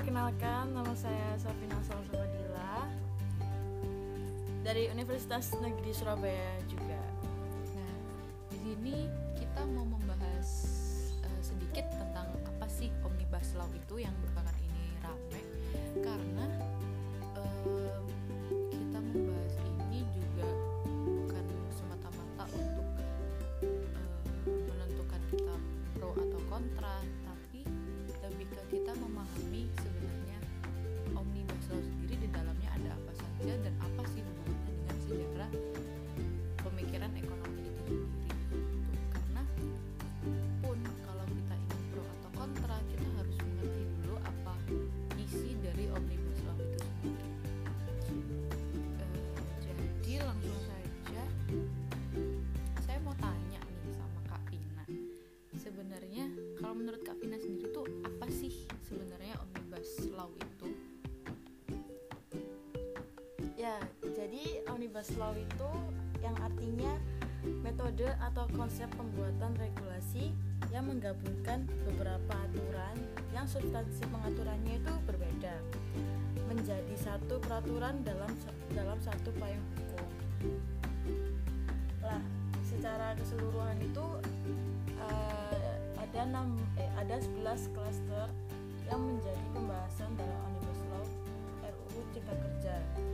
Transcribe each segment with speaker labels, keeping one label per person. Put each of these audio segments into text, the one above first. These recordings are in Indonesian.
Speaker 1: perkenalkan, nama saya Safina Salsabadila dari Universitas Negeri Surabaya juga.
Speaker 2: Nah, di sini kita mau membahas sedikit tentang apa sih Omnibus Law itu yang belakangan ini ramai. Karena kita membahas ini juga bukan semata-mata untuk menentukan kita pro atau kontra, tapi lebih ke kita memahami sebenarnya Omnibus Law sendiri di dalamnya ada apa saja dan apa sih hubungannya dengan sejarah pemikiran ekonomi itu sendiri. Karena pun kalau kita ingin pro atau kontra, kita harus mengerti dulu apa isi dari Omnibus Law itu sendiri. Jadi langsung saja saya mau tanya nih sama Kak Vina. Sebenarnya kalau menurut Kak Vina sendiri tuh apa sih sebenarnya Omnibus Law itu?
Speaker 1: Ya, jadi Omnibus Law itu yang artinya metode atau konsep pembuatan regulasi yang menggabungkan beberapa aturan yang substansi pengaturannya itu berbeda menjadi satu peraturan dalam satu payung hukum. Lah, secara keseluruhan itu ada 11 klaster yang menjadi pembahasan dalam Omnibus Law RUU Cipta Kerja.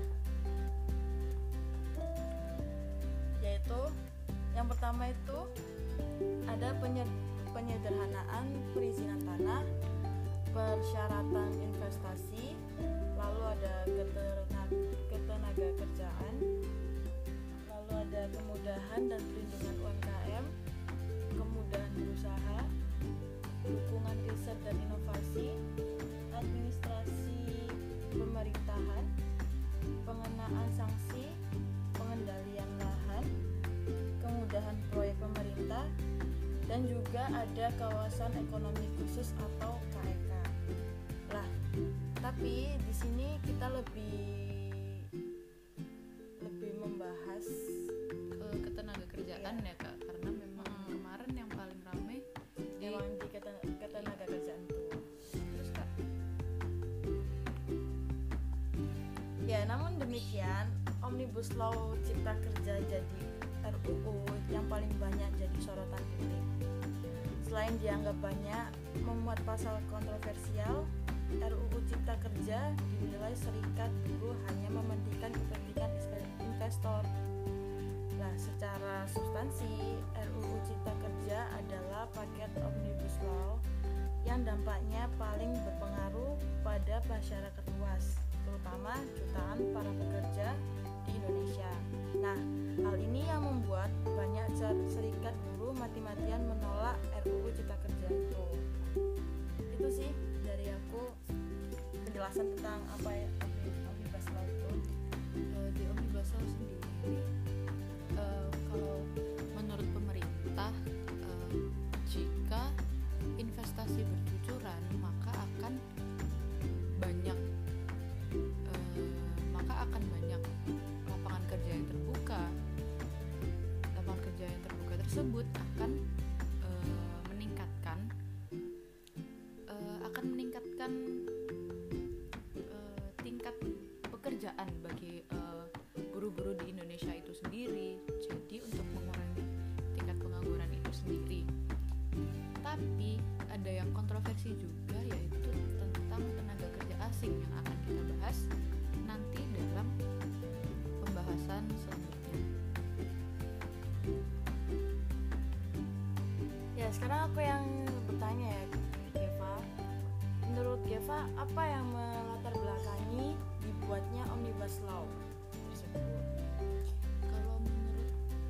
Speaker 1: Yaitu yang pertama itu ada penyederhanaan perizinan tanah, persyaratan investasi, lalu ada ketenaga kerjaan, lalu ada kemudahan dan perlindungan UMKM, kemudahan berusaha, dukungan riset dan inovasi, administrasi pemerintahan, pengenaan sanksi, pengendalian lahan, kemudahan proyek pemerintah, dan juga ada kawasan ekonomi khusus atau KEK. Lah, tapi di sini kita lebih membahas
Speaker 2: Ketenaga kerjaan ya Kak, karena memang kemarin yang paling ramai
Speaker 1: di ketenaga kerjaan itu.
Speaker 2: Terus Kak,
Speaker 1: Ya, namun demikian, Omnibus Law Cipta Kerja jadi RUU yang paling banyak jadi sorotan publik. Selain dianggap banyak memuat pasal kontroversial, RUU Cipta Kerja dinilai serikat buruh hanya mementingkan kepentingan investor. Nah, secara substansi, RUU Cipta Kerja adalah paket Omnibus Law yang dampaknya paling berpengaruh pada masyarakat luas, terutama jutaan para pekerja di Indonesia. Nah, hal ini yang membuat banyak serikat buruh mati-matian menolak RUU Cipta Kerja itu. Itu sih dari aku penjelasan tentang apa ya Omnibus Law itu.
Speaker 2: di Omnibus Law sendiri, kalau menurut pemerintah, jika investasi bercucuran maka akan banyak lapangan kerja yang terbuka. Lapangan kerja yang terbuka tersebut akan meningkatkan tingkat pekerjaan bagi buruh-buruh di Indonesia itu sendiri. Jadi untuk mengurangi tingkat pengangguran itu sendiri. Tapi ada yang kontroversi juga, yaitu tentang tenaga kerja asing yang akan kita bahas nanti dalam pembahasan selanjutnya.
Speaker 1: Ya, sekarang aku yang bertanya ya, Geva. Menurut Geva, apa yang melatar belakangi dibuatnya Omnibus Law tersebut?
Speaker 2: Kalau menurut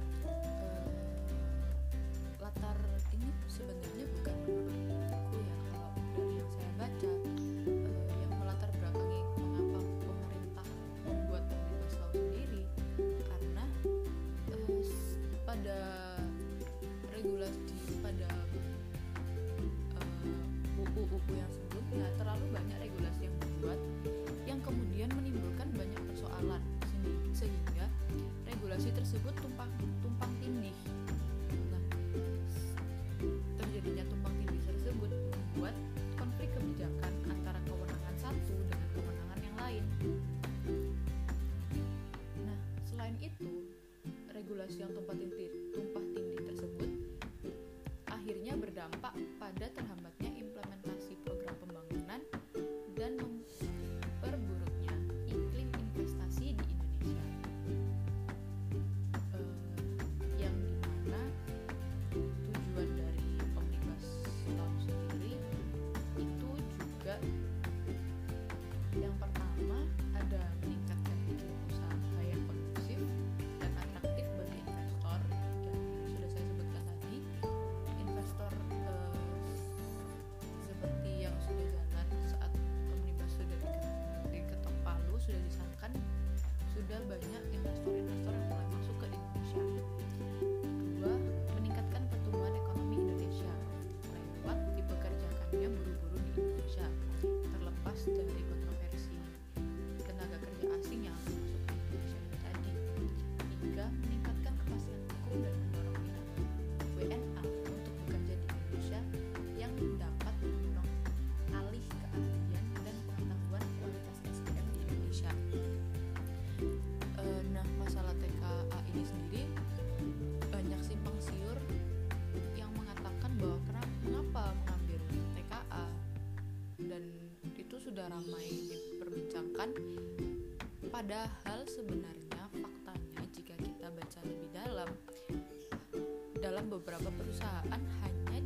Speaker 2: latar ini sebenarnya bukan menurutku ya, kalau dari yang saya baca, yang melatar belakangi mengapa pemerintah membuat Omnibus Law sendiri, karena pada UU yang sebelumnya terlalu banyak regulasi yang Padahal sebenarnya faktanya jika kita baca lebih dalam beberapa perusahaan hanya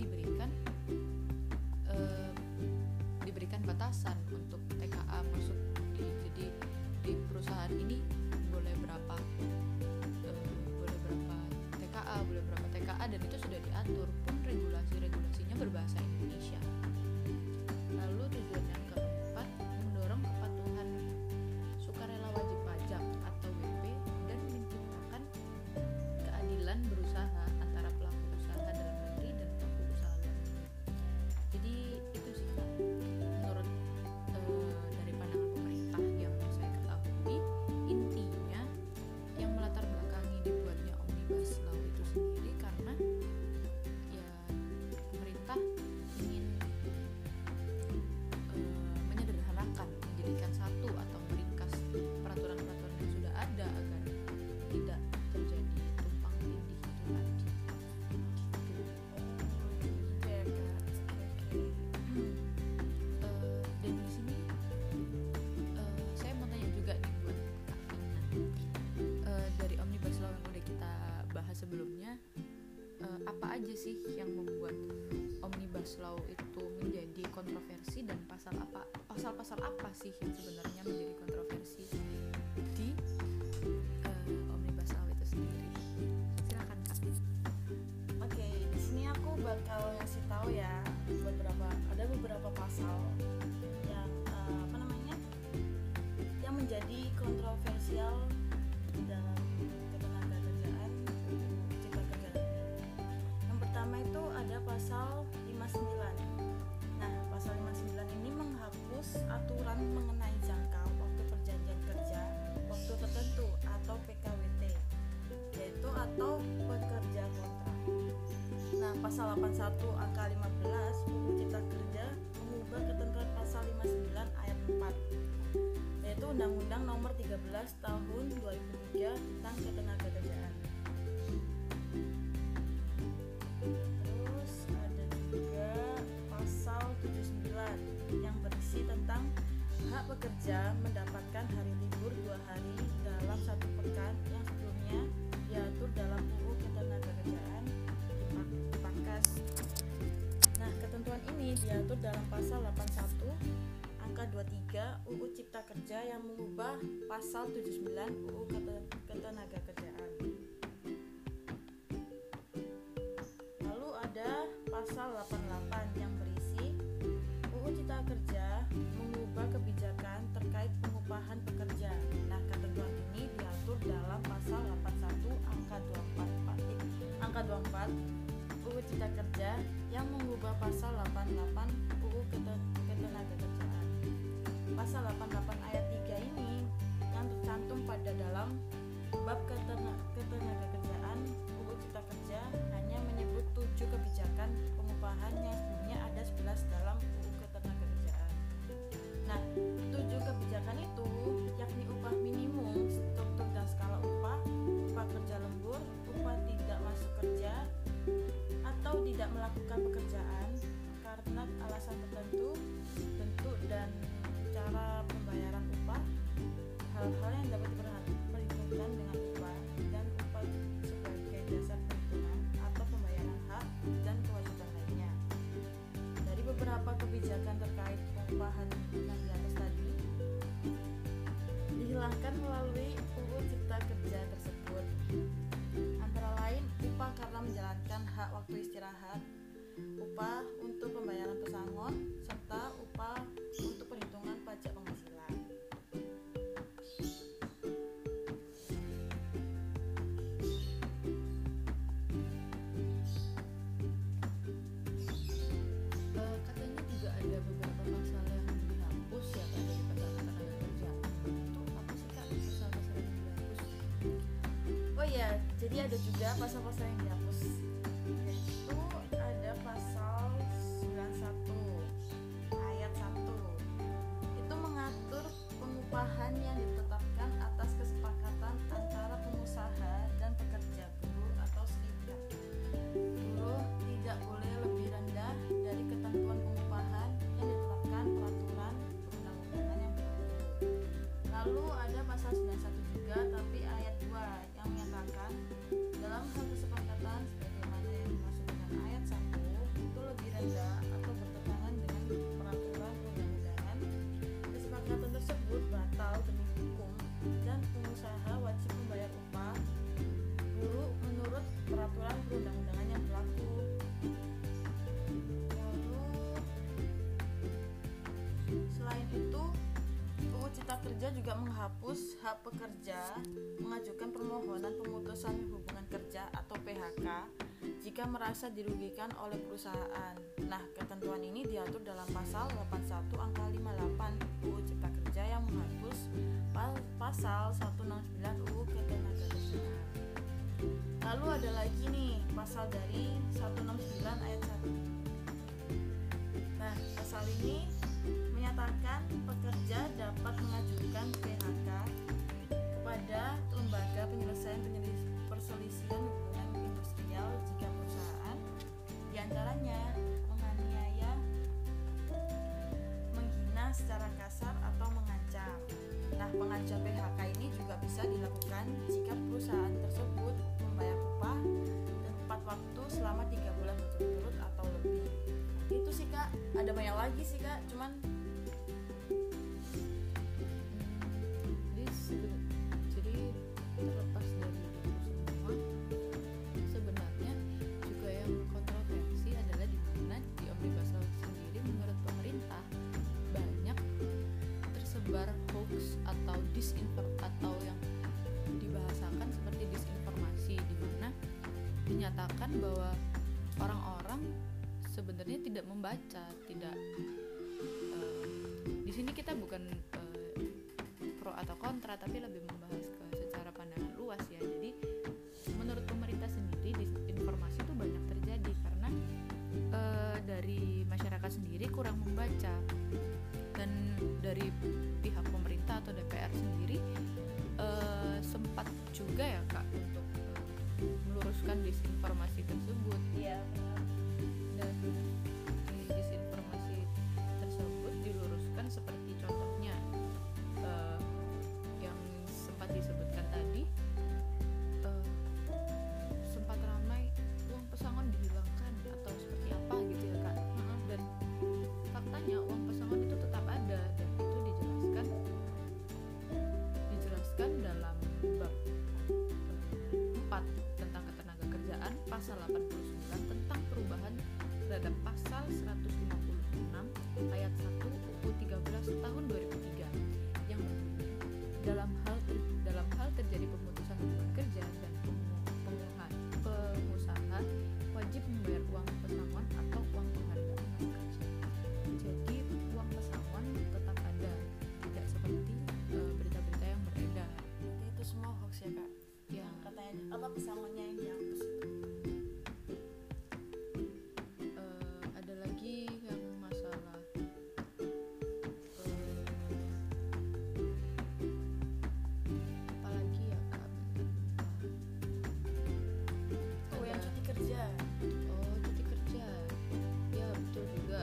Speaker 2: diberikan batasan untuk TKA masuk jadi di perusahaan ini boleh berapa TKA dan itu sudah diatur pun regulasinya berbahasa Indonesia. Lalu tujuan yang keempat, mendorong kepatuhan sukarela wajib pajak atau WP dan menciptakan keadilan berusaha antara pelaku usaha dalam negeri dan pelaku usaha luar negeri. Jadi itu sih Kak, menurut dari pandangan pemerintah yang saya ketahui, intinya yang melatar belakangi dibuatnya Omnibus Law itu sendiri karena ya pemerintah ingin menyederhanakan, menjadikan satu atau meringkas peraturan-peraturan yang sudah ada agar tidak terjadi tumpang tindih itu tadi.
Speaker 1: Gitu ya Kak. Oke.
Speaker 2: Dan di sini saya mau tanya juga nih buat Kak Vina. Dari Omnibus Law yang udah kita bahas sebelumnya, apa aja sih yang membuat Omnibus Law itu menjadi kontroversi dan pasal-pasal apa sih yang sebenarnya menjadi kontroversi di Omnibus Law itu sendiri? Silakan Kak.
Speaker 1: Oke, di sini aku bakal ngasih tahu ya ada beberapa pasal yang yang menjadi kontroversial dalam ketenagakerjaan cipta kerja ini. Yang pertama itu ada pasal 59. Nah, pasal 59 ini menghapus aturan mengenai jangka waktu perjanjian kerja waktu tertentu atau PKWT, yaitu atau pekerja kontrak. Nah, pasal 81 angka 15 UU Cipta Kerja mengubah ketentuan pasal 59 ayat 4, yaitu Undang-Undang Nomor 13 Tahun 2003 tentang Ketenagakerjaan. Terus ada juga pasal 79 yang berisi tentang hak pekerja mendapatkan hari libur 2 hari dalam 1 pekan yang sebelumnya diatur dalam UU Ketenagakerjaan Dipakas. Nah, ketentuan ini diatur dalam pasal 81 angka 23 UU Cipta Kerja yang mengubah pasal 79 UU Ketenagakerjaan. Lalu ada pasal 88 yang berisi UU Cipta Kerja mengubah kebijakan terkait pengupahan pekerja. Nah, ketentuan ini diatur dalam pasal 81 angka 24 UU Cipta Kerja yang mengubah pasal 88 UU Ketenagakerjaan. Pasal 88 ayat 3 ini yang tercantum pada dalam bab ketenagakerjaan UU Cipta Kerja hanya menyebut 7 kebijakan pengupahan yang sebelumnya ada 11 dalam UU Ketenagakerjaan. Nah, 7 kebijakan itu yakni upah minimum, struktur dan skala upah, upah kerja lembur, upah tidak masuk kerja atau tidak melakukan pekerjaan karena alasan tertentu, bentuk dan cara pembayaran upah, hal-hal yang dapat diperhitungkan dengan upah, dan upah sebagai dasar perhitungan atau pembayaran hak dan kewajiban lainnya. Dari beberapa kebijakan terkait pengupahan yang di atas tadi dihilangkan melalui UU Cipta Kerja tersebut, antara lain upah karena menjalankan hak waktu istirahat, upah untuk pembayaran pesangon, serta upah untuk perhitungan pajak penghasilan.
Speaker 2: Katanya juga ada beberapa pasal yang dihapus ya Kak, dari pasal ketenagakerjaan. Itu apa sih Kak pasal-pasal yang dihapus?
Speaker 1: Oh iya, jadi ada juga pasal-pasal yang dihapus, yaitu ada pasal 91 ayat 1. Itu mengatur pengupahan yang ditetapkan atas kesepakatan antara pengusaha dan pekerja, buruh atau serikat. Buruh tidak boleh lebih rendah dari ketentuan pengupahan yang ditetapkan peraturan perundang-undangan yang berlaku. Kerja juga menghapus hak pekerja mengajukan permohonan pemutusan hubungan kerja atau PHK jika merasa dirugikan oleh perusahaan. Nah, ketentuan ini diatur dalam pasal 81 angka 58 UU Cipta Kerja yang menghapus pasal 169 UU Ketenagakerjaan. Lalu ada lagi nih pasal dari 169 ayat 1. Nah, pasal ini menyatakan pekerja dapat mengajukan PHK kepada lembaga penyelesaian perselisihan hubungan industrial jika perusahaan diantaranya menganiaya, menghina secara kasar atau mengancam. Nah, pengajuan PHK ini juga bisa dilakukan jika perusahaan tersebut membayar upah dan tepat waktu selama 3 bulan berturut-turut atau lebih. Itu sih Kak, ada banyak lagi sih Kak, cuman
Speaker 2: jadi terlepas dari itu semua, sebenarnya juga yang kontroversi adalah di mana di Omnibus Law sendiri menurut pemerintah banyak tersebar hoax atau atau yang dibahasakan seperti disinformasi, di mana dinyatakan bahwa orang-orang sebenarnya tidak membaca, di sini kita bukan pro atau kontra, tapi lebih membahas ke secara pandangan luas ya. Jadi menurut pemerintah sendiri disinformasi itu banyak terjadi karena dari masyarakat sendiri kurang membaca, dan dari pihak pemerintah atau DPR sendiri sempat juga ya Kak untuk meluruskan disinformasi tersebut.
Speaker 1: iya benar.
Speaker 2: Dan disinformasi tersebut diluruskan seperti contohnya yang sempat disebutkan tadi, sempat ramai uang pesangon dihilangkan atau seperti apa gitu ya Kak. Dan faktanya uang pesangon itu tetap ada, dan itu dijelaskan dalam bab 4 tentang ketenagakerjaan, pasal 89 tentang perubahan terhadap pasal 156 ayat 1 UU 13 tahun 2003 yang berbunyi, dalam hal terjadi pemutusan hubungan kerja dan pengusaha wajib membayar uang pesangon atau uang penghargaan kerja. Jadi uang pesangon tetap ada, tidak seperti berita-berita yang beredar.
Speaker 1: Berarti itu semua hoax ya Kak?
Speaker 2: Ya,
Speaker 1: Katanya apa pesangonnya yang dihapus itu?
Speaker 2: ada lagi yang masalah apalagi ya Kak,
Speaker 1: Oh, yang cuti kerja.
Speaker 2: cuti kerja, ya betul juga.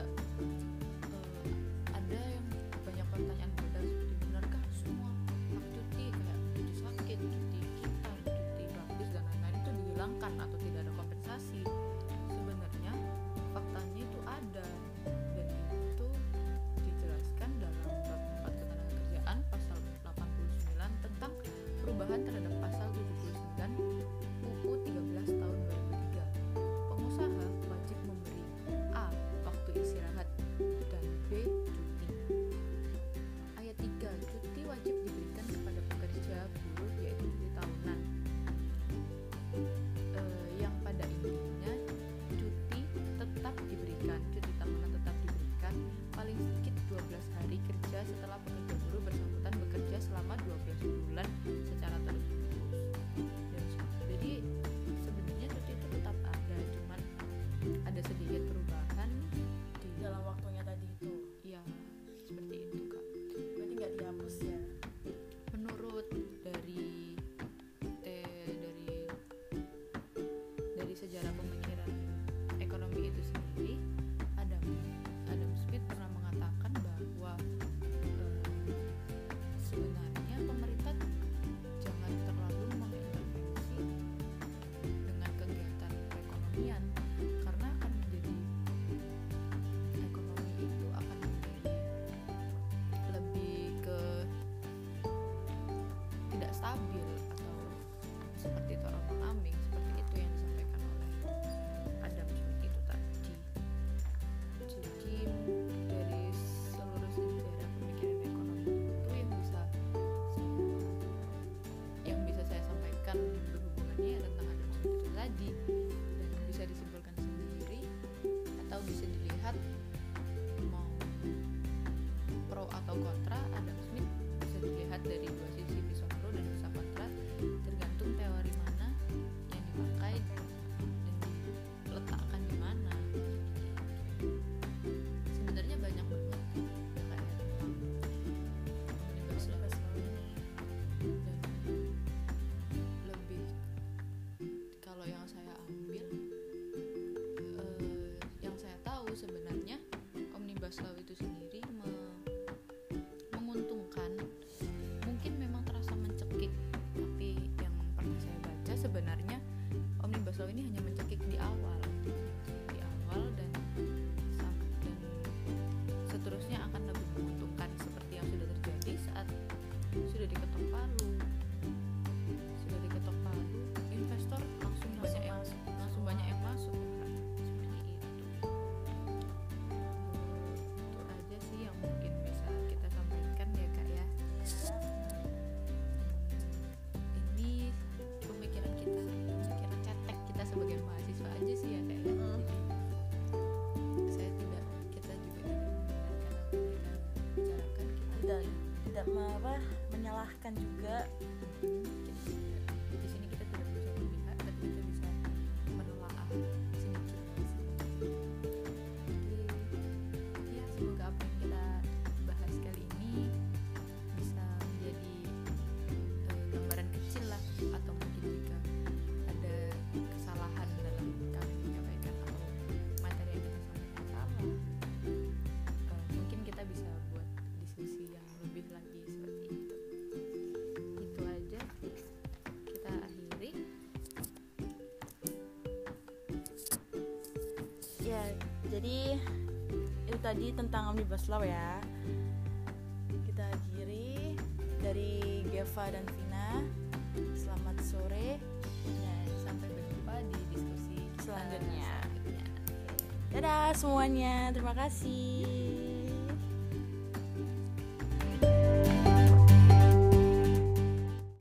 Speaker 2: Ada yang banyak pertanyaan beredar seperti benarkah semua hak cuti kayak cuti sakit, cuti kita, cuti praktis dan lain-lain itu dihilangkan atau tidak ada kompensasi? Sebenarnya faktanya itu ada, dan itu dijelaskan dalam bab 4 ketenagakerjaan pasal 89 tentang perubahan terhadap pasal 79 UU 13 tahun 2003. Pengusaha wajib memberi A. waktu istirahat dan B. cuti. Ayat 3, cuti wajib diberikan kepada pekerja buruh yaitu cuti tahunan. Yang pada intinya cuti tetap diberikan, cuti tahunan tetap diberikan paling sedikit 12 hari kerja setelah pekerja buruh bersangkutan bekerja selama 12 bulan secara terus-menerus. Dan jadi sebenarnya cuti itu tetap ada, cuman ada sedikit perubahan di
Speaker 1: Dalam waktunya tadi itu.
Speaker 2: ya seperti itu Kak.
Speaker 1: Berarti nggak dihapus ya?
Speaker 2: Menurut dari sejarah pemikiran ekonomi itu sendiri, Adam Smith pernah mengatakan bahwa sebenarnya pemerintah jangan terlalu mengintervensi dengan kegiatan perekonomian, karena akan menjadi ekonomi itu akan menjadi lebih ke tidak stabil atau seperti itu ombang-ambing, seperti itu yang disampaikan oleh Adam Smith itu tadi. Jadi dari seluruh sejarah pemikiran ekonomi itu yang bisa dari dua sisi bisa pro dan bisa kontra, tergantung teori mana yang dipakai dan diletakkan di mana. Sebenarnya banyak banget kayak omnibus law ini, dan lebih kalau yang saya ambil, yang saya tahu sebenarnya omnibus law itu sendiri menguntungkan. Mungkin memang terasa mencekik, tapi yang pernah saya baca sebenarnya omnibus law ini hanya mencekik di awal dan seterusnya akan lebih menguntungkan, seperti yang sudah terjadi saat sudah diketok palu, investor langsung banyak yang masuk kan, seperti itu. Itu aja sih yang mungkin bisa kita sampaikan ya Kak ya. Ini pemikiran cetek kita sebagai mahasiswa aja sih ya Kak ya. Kita juga
Speaker 1: tidak menyalahkan juga.
Speaker 2: Di sini kita tidak bisa memihak, tapi kita bisa menelaah sedikit. Jadi ya, semoga apa yang kita bahas kali ini bisa menjadi gambaran kecil lah, atau mungkin jika ada kesalahan dalam kami menyampaikan atau materi yang kita sampaikan salah, mungkin kita bisa buat diskusi yang lebih lagi seperti itu. Itu aja, kita akhiri.
Speaker 1: Ya, jadi itu tadi tentang omnibus law ya. Kita akhiri dari Geva dan Vina. Selamat sore
Speaker 2: Dan sampai berjumpa di diskusi kita
Speaker 1: selanjutnya.
Speaker 2: selanjutnya.
Speaker 1: Dadah semuanya, terima kasih.